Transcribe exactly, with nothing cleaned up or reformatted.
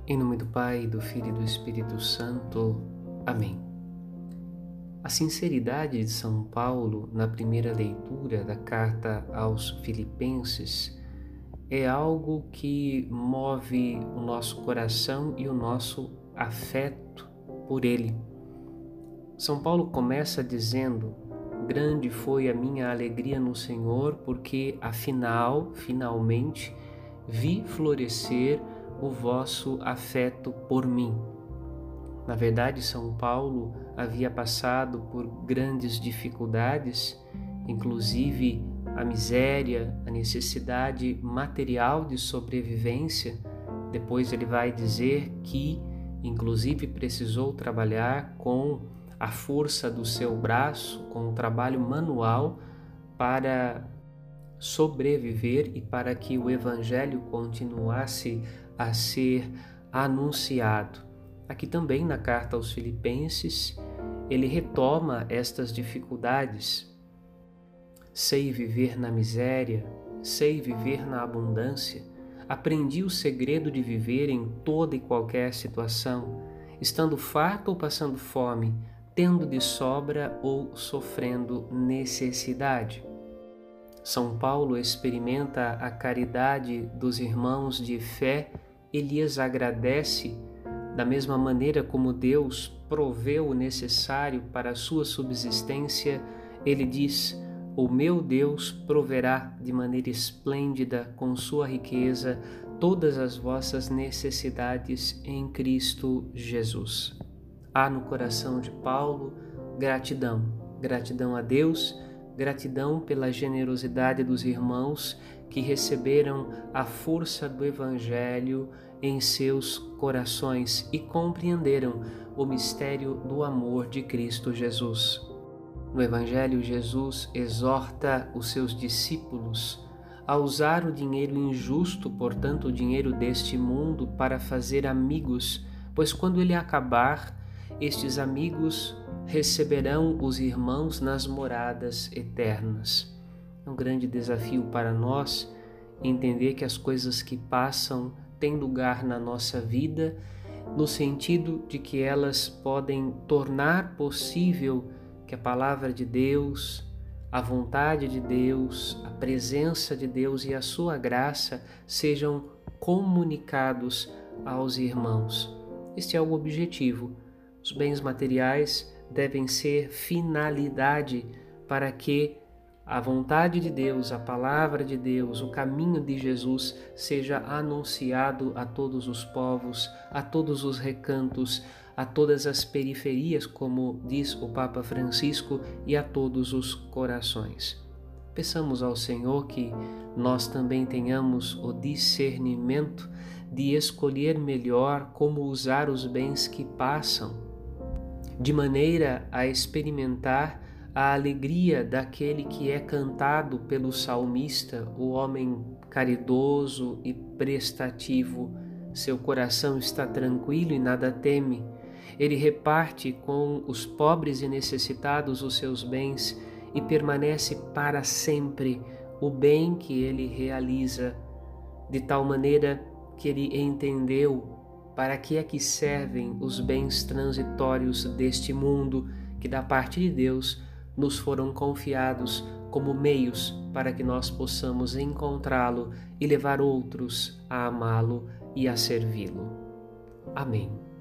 Em nome do Pai, do Filho e do Espírito Santo. Amém. A sinceridade de São Paulo na primeira leitura da carta aos Filipenses é algo que move o nosso coração e o nosso afeto por ele. São Paulo começa dizendo: grande foi a minha alegria no Senhor, porque afinal, finalmente, vi florescer o vosso afeto por mim. Na verdade, São Paulo havia passado por grandes dificuldades, inclusive a miséria, a necessidade material de sobrevivência. Depois ele vai dizer que, inclusive, precisou trabalhar com a força do seu braço, com o trabalho manual para sobreviver e para que o Evangelho continuasse a ser anunciado. Aqui também na carta aos Filipenses, ele retoma estas dificuldades. Sei viver na miséria, sei viver na abundância, aprendi o segredo de viver em toda e qualquer situação, estando farto ou passando fome, tendo de sobra ou sofrendo necessidade. São Paulo experimenta a caridade dos irmãos de fé e lhes agradece da mesma maneira como Deus proveu o necessário para a sua subsistência. Ele diz: o meu Deus proverá de maneira esplêndida com sua riqueza todas as vossas necessidades em Cristo Jesus. Há no coração de Paulo gratidão, gratidão a Deus, gratidão pela generosidade dos irmãos que receberam a força do Evangelho em seus corações e compreenderam o mistério do amor de Cristo Jesus. No Evangelho, Jesus exorta os seus discípulos a usar o dinheiro injusto, portanto o dinheiro deste mundo, para fazer amigos, pois quando ele acabar, estes amigos receberão os irmãos nas moradas eternas. É um grande desafio para nós entender que as coisas que passam têm lugar na nossa vida, no sentido de que elas podem tornar possível que a palavra de Deus, a vontade de Deus, a presença de Deus e a sua graça sejam comunicados aos irmãos. Este é o objetivo. Os bens materiais devem ser finalidade para que a vontade de Deus, a palavra de Deus, o caminho de Jesus seja anunciado a todos os povos, a todos os recantos, a todas as periferias, como diz o Papa Francisco, e a todos os corações. Peçamos ao Senhor que nós também tenhamos o discernimento de escolher melhor como usar os bens que passam, de maneira a experimentar a alegria daquele que é cantado pelo salmista, o homem caridoso e prestativo. Seu coração está tranquilo e nada teme. Ele reparte com os pobres e necessitados os seus bens e permanece para sempre o bem que ele realiza, de tal maneira que ele entendeu para que é que servem os bens transitórios deste mundo, que da parte de Deus nos foram confiados como meios para que nós possamos encontrá-lo e levar outros a amá-lo e a servi-lo. Amém.